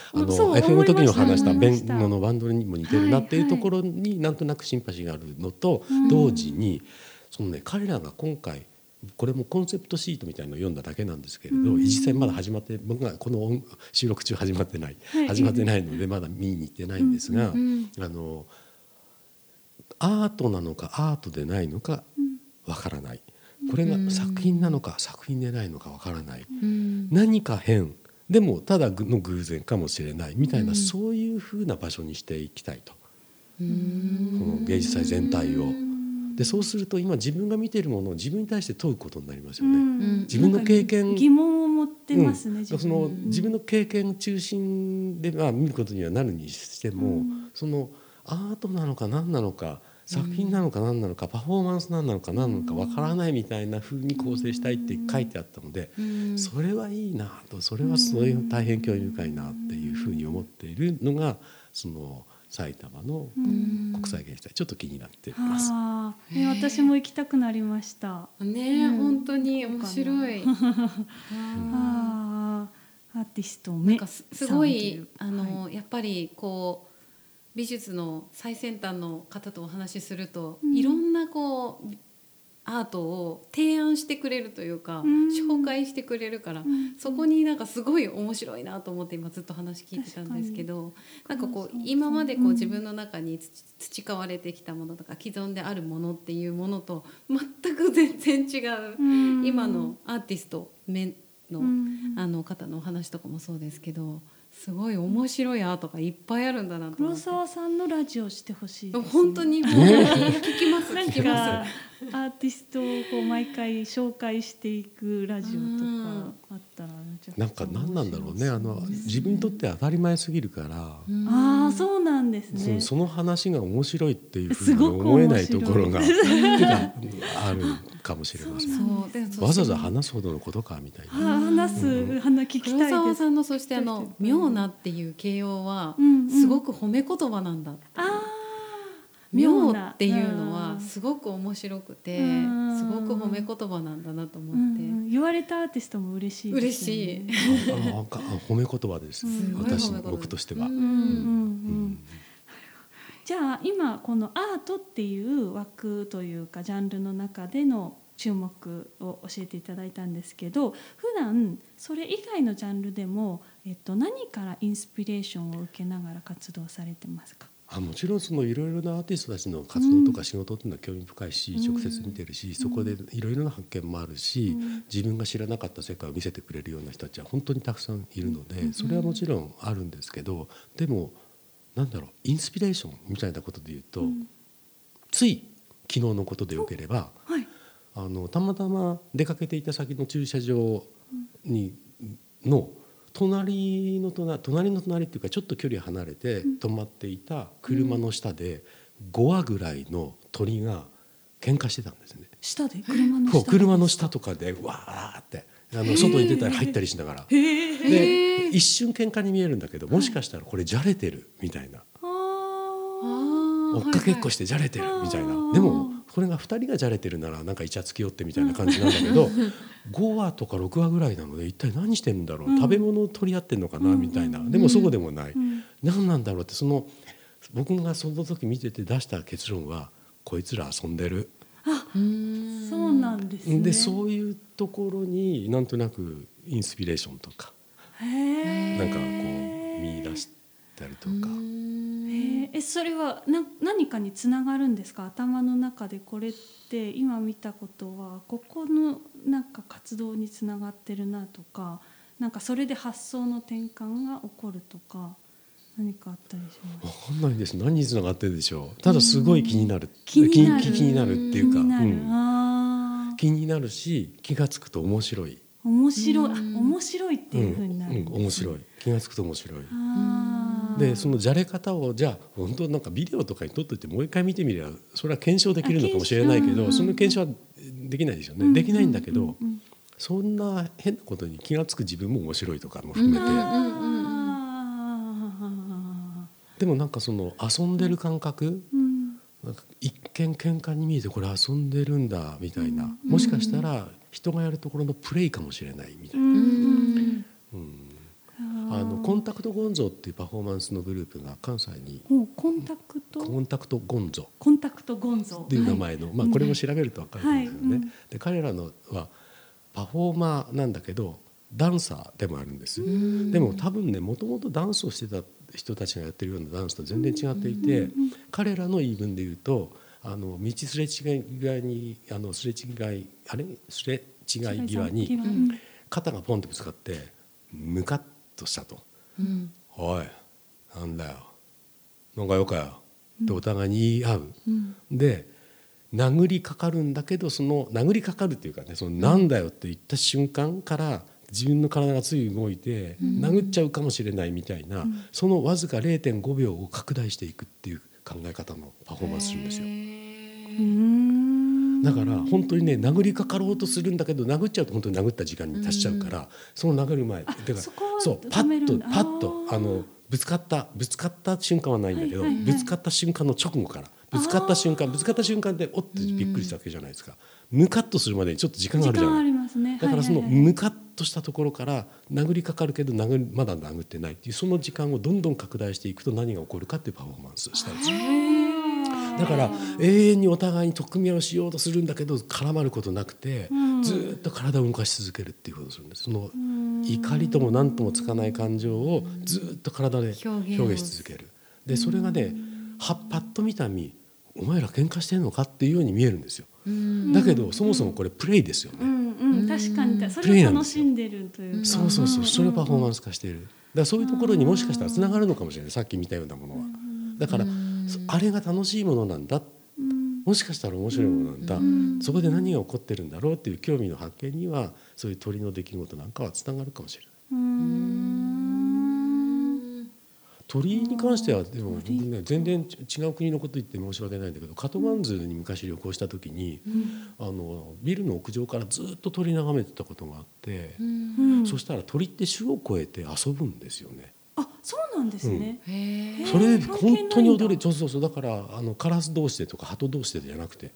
FM の時に話した弁護のバンドにも似てるなっていうところになんとなくシンパシーがあるのと同時にそのね彼らが今回これもコンセプトシートみたいなのを読んだだけなんですけれど、実際まだ始まって僕がこの収録中始まってないのでまだ見に行ってないんですが、アートなのかアートでないのかわからない。これが作品なのか作品でないのかわからない。何か変でもただの偶然かもしれないみたいな、そういう風な場所にしていきたいと、この芸術祭全体を。でそうすると今自分が見ているものを自分に対して問うことになりますよね。自分の経験疑問を持ってますね。 その自分の経験中心で見ることにはなるにしても、そのアートなのか何なのか作品なのか何なのかパフォーマンスなのか何なのかわからないみたいな風に構成したいって書いてあったので、それはいいなと、それはそういう大変興味深いなっていう風に思っているのがその埼玉の国際芸術祭、ちょっと気になっています。 私も行きたくなりましたね。本当に面白い。 アーティスト目すごいやっぱりこう美術の最先端の方とお話しすると、いろんなこうアートを提案してくれるというか、紹介してくれるから、そこになんかすごい面白いなと思って今ずっと話聞いてたんですけど、なんかこう今までこう自分の中に培われてきたものとか既存であるものっていうものと全く全然違う、今のアーティスト目の方のお話とかもそうですけど、すごい面白いアートがいっぱいあるんだなと思って。 黒沢さんのラジオしてほしいですね。 本当に聞きますなんかアーティストをこう毎回紹介していくラジオとかあったらなんか何なんだろうね、自分にとって当たり前すぎるから。 そうなんなんですね。 その話が面白いっていうふうに思えないところがあるかもしれません。わざわざ話すほどのことかみたいな。 話聞きたいです。 黒沢さんのそして妙なっていう形容はすごく褒め言葉なんだって。妙っていうのはすごく面白くて、すごく褒め言葉なんだなと思って、 言われたアーティストも嬉しいですよね。 嬉しい褒め言葉です、僕としては。 じゃあ今このアートっていう枠というかジャンルの中での注目を教えていただいたんですけど、普段それ以外のジャンルでも、何からインスピレーションを受けながら活動されてますか？ もちろんいろいろなアーティストたちの活動とか仕事っていうのは興味深いし、直接見てるし、そこでいろいろな発見もあるし、自分が知らなかった世界を見せてくれるような人たちは本当にたくさんいるので、それはもちろんあるんですけど、でもインスピレーションみたいなことで言うと、つい昨日のことでよければ、たまたま出かけていた先の駐車場の隣の隣っていうかちょっと距離離れて止まっていた車の下で5羽ぐらいの鳥が喧嘩してたんですね。 下で車の下とかでわーって外に出たり入ったりしながら、で一瞬喧嘩に見えるんだけど、もしかしたらこれじゃれてるみたいな、追っかけっこしてじゃれてるみたいな。でもこれが2人がじゃれてるならなんかイチャつきよってみたいな感じなんだけど5羽とか6羽ぐらいなので一体何してるんだろう、食べ物を取り合ってんのかなみたいな。でもそうでもない、何なんだろうって、僕がその時見てて出した結論は、こいつら遊んでる。 そうなんですね。 でそういうところになんとなくインスピレーションとかなんかこう見出したりとか。 それは何かにつながるんですか？頭の中でこれって今見たことはここのなんか活動につながってるなとか、なんかそれで発想の転換が起こるとか何かあったりします？ 分かんないです。何につながってるでしょう。ただすごい気になる、気になるっていうか、気になるし、気がつくと面白い。 面白いっていう風になるんですね。 面白い、気がつくと面白い。でそのじゃれ方をじゃあ本当なんかビデオとかに撮っといてもう一回見てみればそれは検証できるのかもしれないけど、その検証はできないですよね。できないんだけど、そんな変なことに気がつく自分も面白いとかも含めて、でもなんか遊んでる感覚、なんか一見喧嘩に見えてこれ遊んでるんだみたいな、もしかしたら人がやるところのプレイかもしれないみたいな。コンタクトゴンゾっていうパフォーマンスのグループが関西に、 コンタクトゴンゾっていう名前の、これも調べると分かるんですよね。で彼らのはパフォーマーなんだけどダンサーでもあるんです。でも多分ね、もともとダンスをしてた人たちがやってるようなダンスと全然違っていて、彼らの言い分で言うと道すれ違い際にすれ違い際に肩がポンとぶつかってムカッとしたと、おいなんだよなんかよかよってお互いに言い合う、で殴りかかるんだけど、その殴りかかるっていうかね、なんだよって言った瞬間から自分の体がつい動いて殴っちゃうかもしれないみたいな、そのわずか 0.5 秒を拡大していくっていう考え方のパフォーマンスするんですよ。だから本当にね、殴りかかろうとするんだけど殴っちゃうと本当に殴った時間に達しちゃうから、その殴る前だからそうパッとぶつかった瞬間はないんだけど、ぶつかった瞬間の直後から、ぶつかった瞬間でおってびっくりしたわけじゃないですか。ムカッとするまでにちょっと時間があるじゃない。だからそのムカッとしたところから殴りかかるけどまだ殴ってないっていう、その時間をどんどん拡大していくと何が起こるかっていうパフォーマンスをしたりする。だから永遠にお互いに取っ組み合いをしようとするんだけど絡まることなくて、ずっと体を動かし続けるっていうことをするんです。その怒りとも何ともつかない感情をずっと体で表現し続ける。でそれがね、パッと見た目お前ら喧嘩してんのかっていうように見えるんですよ。だけどそもそもこれプレイですよね。 確かにそれを楽しんでるというか、 そうそれをパフォーマンス化している。だからそういうところにもしかしたらつながるのかもしれない、さっき見たようなものは。だからあれが楽しいものなんだ、もしかしたら面白いものなんだ、そこで何が起こってるんだろうっていう興味の発見には、そういう鳥の出来事なんかはつながるかもしれない。 鳥に関してはでも僕ね全然違う国のこと言って申し訳ないんだけど、カトマンズに昔旅行した時に、ビルの屋上からずっと鳥眺めてたことがあって、そしたら鳥って種を超えて遊ぶんですよね。 あ、そうなんですね。 それ本当に驚いて、そうだからカラス同士でとか鳩同士でじゃなくて、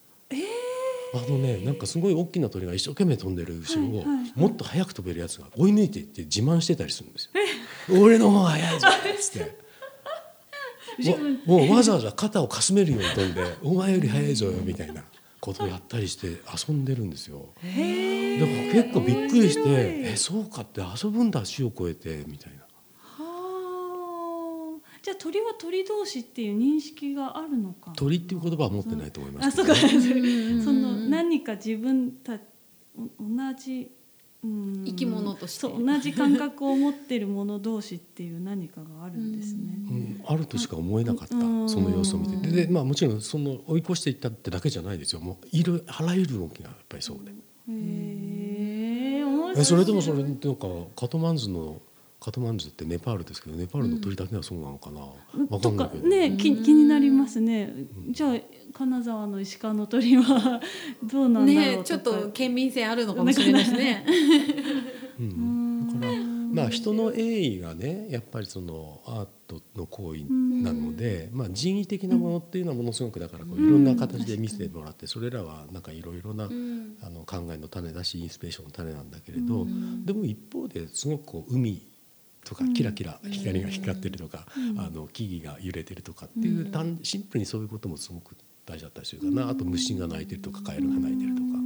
なんかすごい大きな鳥が一生懸命飛んでる後ろをもっと早く飛べるやつが追い抜いていって自慢してたりするんですよ。俺の方が早いぞっつってもうわざわざ肩をかすめるように飛んでお前より早いぞよみたいなことをやったりして遊んでるんですよ。だから結構びっくりしてそうかって遊ぶんだ種を超えてみたいな。 じゃあ鳥は鳥同士っていう認識があるのか。 鳥っていう言葉は持ってないと思いますけど、 その何か自分た同じ生き物として同じ感覚を持ってるもの同士っていう何かがあるんですね。 あるとしか思えなかった、その様子を見て。で、もちろんその追い越していったってだけじゃないですよ。もうあらゆる動きがやっぱりそうで。 面白い。 それともそれなんかカトマンズってネパールですけど、ネパールの鳥だけはそうなのかな、わかんないけどね、気になりますね。じゃあ金沢の石川の鳥はどうなんだろうとか、 ね、ちょっと県民性あるのかもしれないですね。 だから人の栄意がねやっぱりそのアートの行為なので、人為的なものっていうのはものすごくだからこういろんな形で見せてもらって、それらはなんかいろいろな考えの種だしインスピレーションの種なんだけれど、でも一方ですごくこう海とかキラキラ光が光ってるとか、木々が揺れてるとかっていうシンプルにそういうこともすごく大事だったりするかな。あと虫が鳴いてるとかカエルが鳴いてるとか。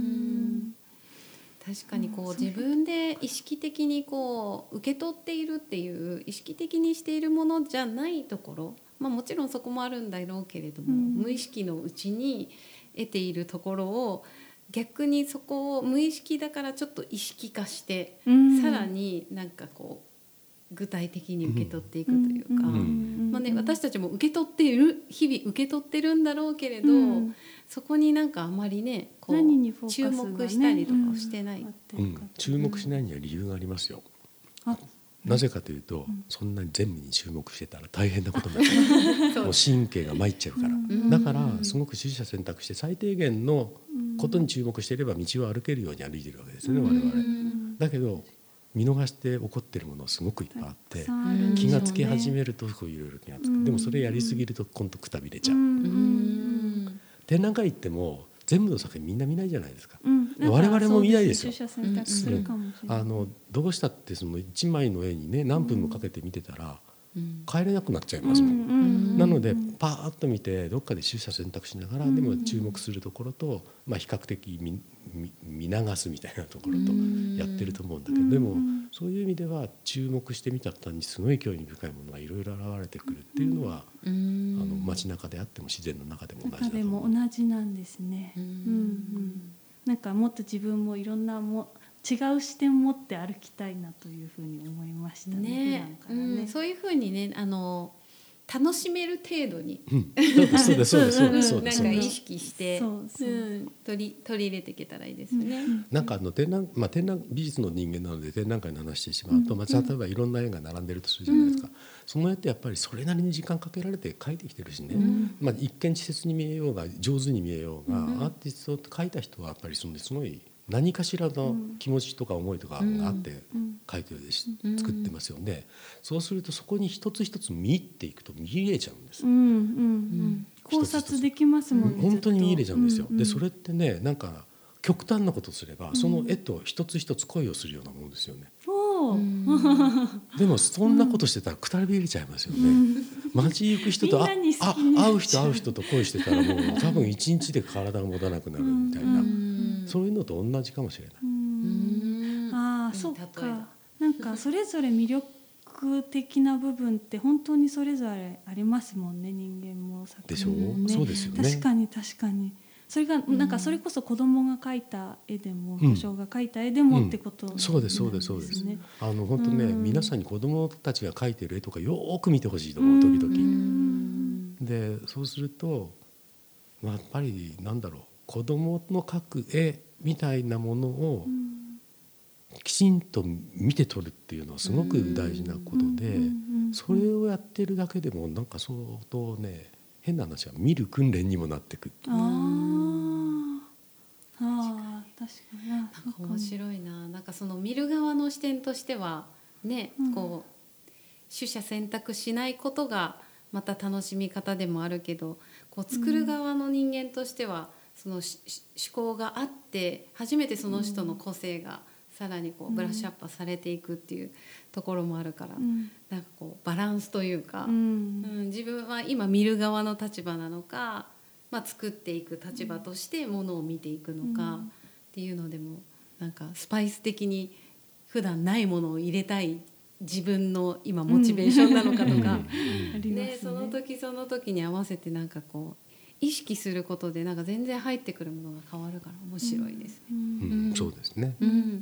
確かにこう自分で意識的にこう受け取っているっていう意識的にしているものじゃないところ、もちろんそこもあるんだろうけれども、無意識のうちに得ているところを逆にそこを無意識だからちょっと意識化して、さらになんかこう具体的に受け取っていくというか、私たちも受け取っている日々受け取ってるんだろうけれど、そこになんかあまりねこう注目したりとかをしてない、 注目しないには理由がありますよ。なぜかというと、そんなに全部に注目してたら大変なことになっちゃうもう神経が参っちゃうから、だからすごく取捨選択して最低限のことに注目していれば道を歩けるように歩いてるわけですよね、我々。だけど見逃して起こってるものはすごくいっぱいあって、気がつき始めるとこういろいろ気がつく。でもそれやりすぎると今度くたびれちゃう。展覧会行っても全部の作品みんな見ないじゃないですか。我々も見ないですよ。どうしたってその1枚の絵にね何分もかけて見てたら帰れなくなっちゃいますもん。なのでパーッと見てどっかで取捨選択しながらでも注目するところと、比較的見流すみたいなところとやってると思うんだけど、でもそういう意味では注目してみた途端にすごい興味深いものがいろいろ現れてくるっていうのは、街中であっても自然の中でも同じだと思う。 同じなんですね。なんかもっと自分もいろんな違う視点を持って歩きたいなというふうに思いましたね。 そういうふうにね楽しめる程度になんか意識して取り入れていけたらいいですね。 なんか展覧美術の人間なので展覧会の話してしまうと、例えばいろんな絵が並んでるとするじゃないですか。その絵ってやっぱりそれなりに時間かけられて描いてきてるしね、一見稚拙に見えようが上手に見えようが、アーティスト描いた人はやっぱりすごい何かしらの気持ちとか思いとかがあって描いてる作ってますよね。そうするとそこに一つ一つ見入っていくと見入れちゃうんです。 考察できますもんね。 本当に見入れちゃうんですよ。でそれってね、なんか極端なことすればその絵と一つ一つ恋をするようなものですよね。でもそんなことしてたらくたびれちゃいますよね。街行く人と会う人と恋してたらもう多分一日で体が持たなくなるみたいな、そういうのと同じかもしれない。 そっか。なんかそれぞれ魅力的な部分って本当にそれぞれありますもんね、人間も作品もね。 でしょう。そうですよね。 確かに。それがなんかそれこそ子供が描いた絵でも巨匠が描いた絵でもってことなんですね。 そうです。本当ね、皆さんに子供たちが描いてる絵とかよく見てほしいと思う時々。でそうするとやっぱり子供の描く絵みたいなものをきちんと見て取るっていうのはすごく大事なことで、 それをやってるだけでもなんか相当ね、変な話は見る訓練にもなってく。 確かになんか面白いな。なんかその見る側の視点としてはね、こう取捨選択しないことがまた楽しみ方でもあるけど、こう作る側の人間としてはその思考があって初めてその人の個性がさらにこうブラッシュアップされていくっていうところもあるから、なんかこうバランスというか、自分は今見る側の立場なのか、作っていく立場としてものを見ていくのかっていうのでも、なんかスパイス的に普段ないものを入れたい自分の今モチベーションなのかとか、ね、その時その時に合わせてなんかこう意識することでなんか全然入ってくるものが変わるから面白いですね。 そうですね。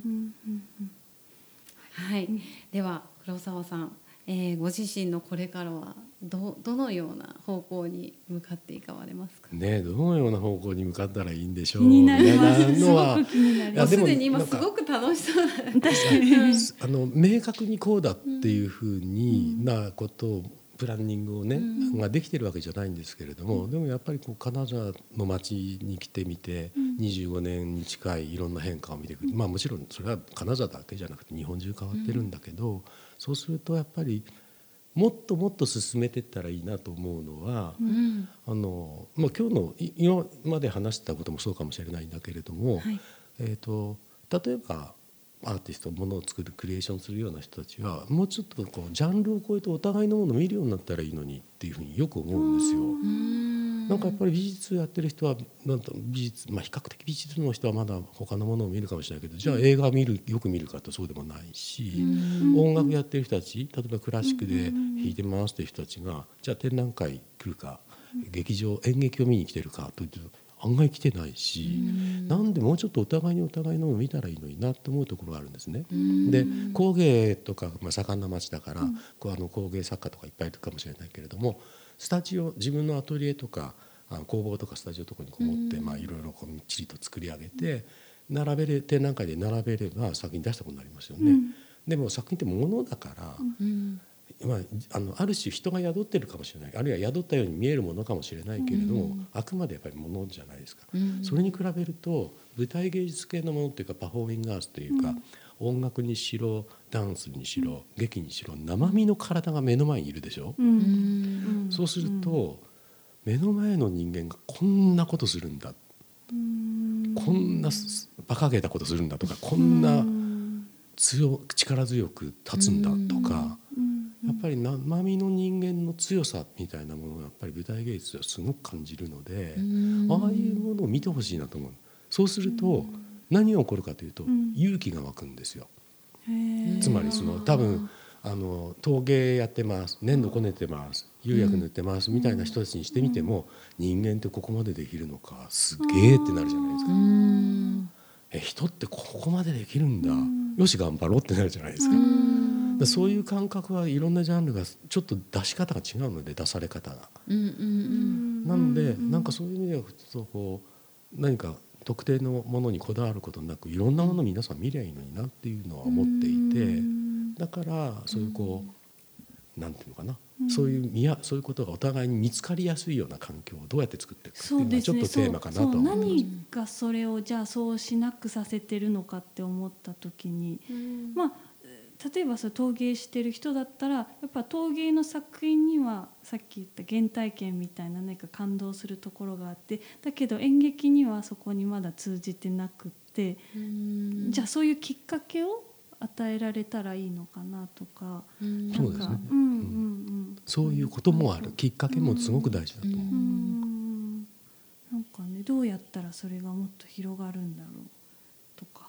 はい、では黒沢さん、ご自身のこれからはどのような方向に向かっていかれますかね。どのような方向に向かったらいいんでしょう。 気になります。すごく気になります。 すでに今すごく楽しそうだ、ね、 確かに明確にこうだっていうふうになことをプランニングをね、ができてるわけじゃないんですけれども、でもやっぱりこう金沢の町に来てみて、25年に近いいろんな変化を見てくる、もちろんそれは金沢だけじゃなくて日本中変わってるんだけど、そうするとやっぱりもっともっと進めていったらいいなと思うのは、今日の今まで話したこともそうかもしれないんだけれども、例えばアーティストものを作るクリエーションするような人たちはもうちょっとこうジャンルを超えてお互いのものを見るようになったらいいのにっていうふうによく思うんですよ。なんかやっぱり美術やってる人はなんと美術、比較的美術の人はまだ他のものを見るかもしれないけど、じゃあ映画よく見るかとそうでもないし、音楽やってる人たち、例えばクラシックで弾いてますっていう人たちがじゃあ展覧会来るか、演劇を見に来てるかというと案外来てないし、なんでもうちょっとお互いのを見たらいいのになって思うところがあるんですね。で工芸とか盛んな町だから、工芸作家とかいっぱいいるかもしれないけれども、スタジオ、自分のアトリエとか工房とかスタジオとかにこもって、いろいろみっちりと作り上げて展覧会で並べれば作品出したことになりますよね。でも作品って物だから、ある種人が宿ってるかもしれない、あるいは宿ったように見えるものかもしれないけれども、あくまでやっぱり物じゃないですか。それに比べると舞台芸術系のものっていうかパフォーミングアーツというか、音楽にしろダンスにしろ劇にしろ生身の体が目の前にいるでしょ。そうすると目の前の人間がこんなことするんだ、こんな馬鹿げたことするんだとか、こんな力強く立つんだとか、やっぱり生身の人間の強さみたいなものをやっぱり舞台芸術はすごく感じるので、ああいうものを見てほしいなと思う。そうすると何が起こるかというと、勇気が湧くんですよ。つまり多分陶芸やってます、粘土こねてます、釉薬塗ってますみたいな人たちにしてみても、人間ってここまでできるのかすげえってなるじゃないですか。人ってここまでできるんだ、よし頑張ろうってなるじゃないですか。そういう感覚はいろんなジャンルがちょっと出し方が違うので、出され方が。なのでなんかそういう意味ではこう何か特定のものにこだわることなく、いろんなものを皆さん見りゃいいのになっていうのは思っていて、だからそういうこうなんていうのかな、そういうことがお互いに見つかりやすいような環境をどうやって作っていくかっていうのはちょっとテーマかなと思います。 何がそれをじゃあそうしなくさせてるのかって思った時に、例えば陶芸してる人だったらやっぱ陶芸の作品にはさっき言った原体験みたいな何か感動するところがあって、だけど演劇にはそこにまだ通じてなくって、じゃあそういうきっかけを与えられたらいいのかなとか、 そうですね、そういうこともある、きっかけもすごく大事だと思う。 なんかね、どうやったらそれがもっと広がるんだろうとか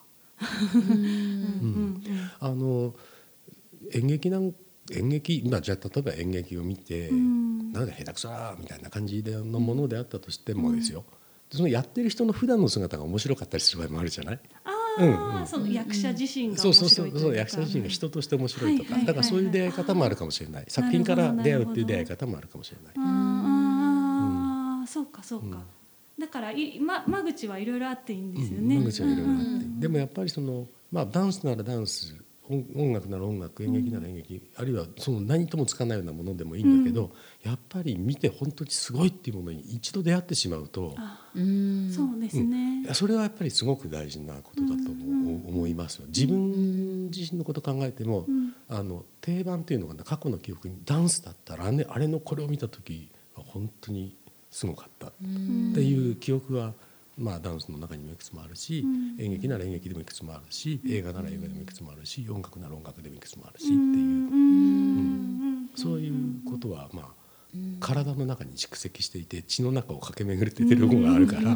演劇じゃあ例えば演劇を見て、なんか下手くそだみたいな感じのものであったとしてもですよ、そのやってる人の普段の姿が面白かったりする場合もあるじゃない。 その役者自身が面白いというか、 そう役者自身が人として面白いとか、だからそういう出会い方もあるかもしれない、作品から出会うっていう出会い方もあるかもしれない。 そうか、だから間口はいろいろあっていいんですよね。 間口はいろいろあって、でもやっぱりダンスならダンス音楽なら音楽、演劇なら演劇、あるいはその何ともつかないようなものでもいいんだけど、やっぱり見て本当にすごいっていうものに一度出会ってしまうと、 そうですね、 それはやっぱりすごく大事なことだと思いますよ。自分自身のこと考えても、定番っていうのが、過去の記憶にダンスだったらあれのこれを見た時は本当にすごかったっていう記憶は、ダンスの中にもいくつもあるし、演劇なら演劇でもいくつもあるし、映画なら映画でもいくつもあるし、音楽なら音楽でもいくつもあるしっていう、そういうことは体の中に蓄積していて、血の中を駆け巡っていてる部分があるから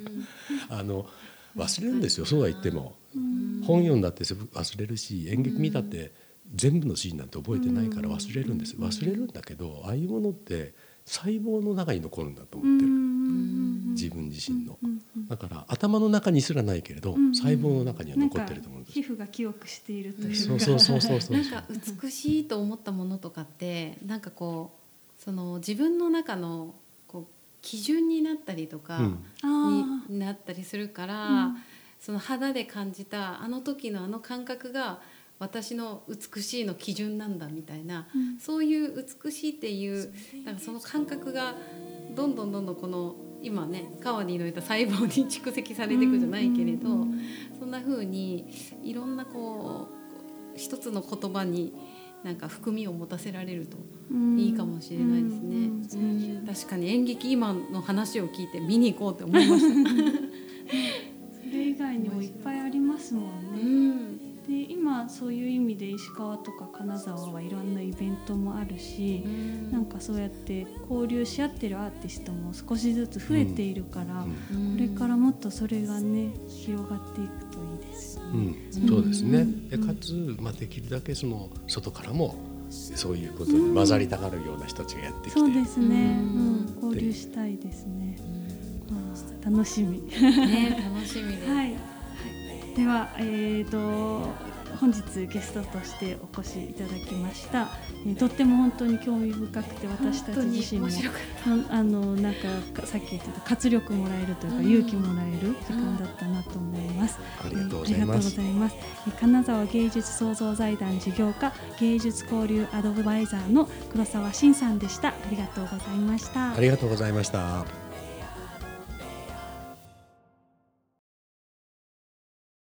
忘れるんですよ。そうは言っても本読んだって忘れるし、演劇見たって全部のシーンなんて覚えてないから忘れるんです。忘れるんだけど、ああいうものって細胞の中に残るんだと思ってる、自分自身の。だから頭の中にすらないけれど、細胞の中には残ってると思うんです。 皮膚が記憶しているというか、 なんか美しいと思ったものとかって、なんかこうその自分の中のこう基準になったりとかになったりするから、その肌で感じたあの時のあの感覚が私の美しいの基準なんだみたいな、そういう美しいっていうなんかその感覚がどんどんこの今ね川にのいた細胞に蓄積されていくじゃないけれど、そんな風にいろんなこう一つの言葉になんか含みを持たせられるといいかもしれないですね。確かに演劇、今の話を聞いて見に行こうって思いましたそれ以外にもいっぱいありますもんね。で今そういう意味で石川とか金沢はいろんなイベントもあるし、なんかそうやって交流し合ってるアーティストも少しずつ増えているから、これからもっとそれがね広がっていくといいですね。 そうですね。でかつ、できるだけその外からもそういうことに混ざりたがるような人たちがやってきて、 そうですね、交流したいですね。楽しみね、楽しみです。 はい、では、本日ゲストとしてお越しいただきました。とっても本当に興味深くて、私たち自身もなんかさっき言ってた活力もらえるというか、勇気もらえる時間だったなと思います。 ありがとうございます。 金沢芸術創造財団事業課芸術交流アドバイザーの黒沢真さんでした。ありがとうございました。 ありがとうございました。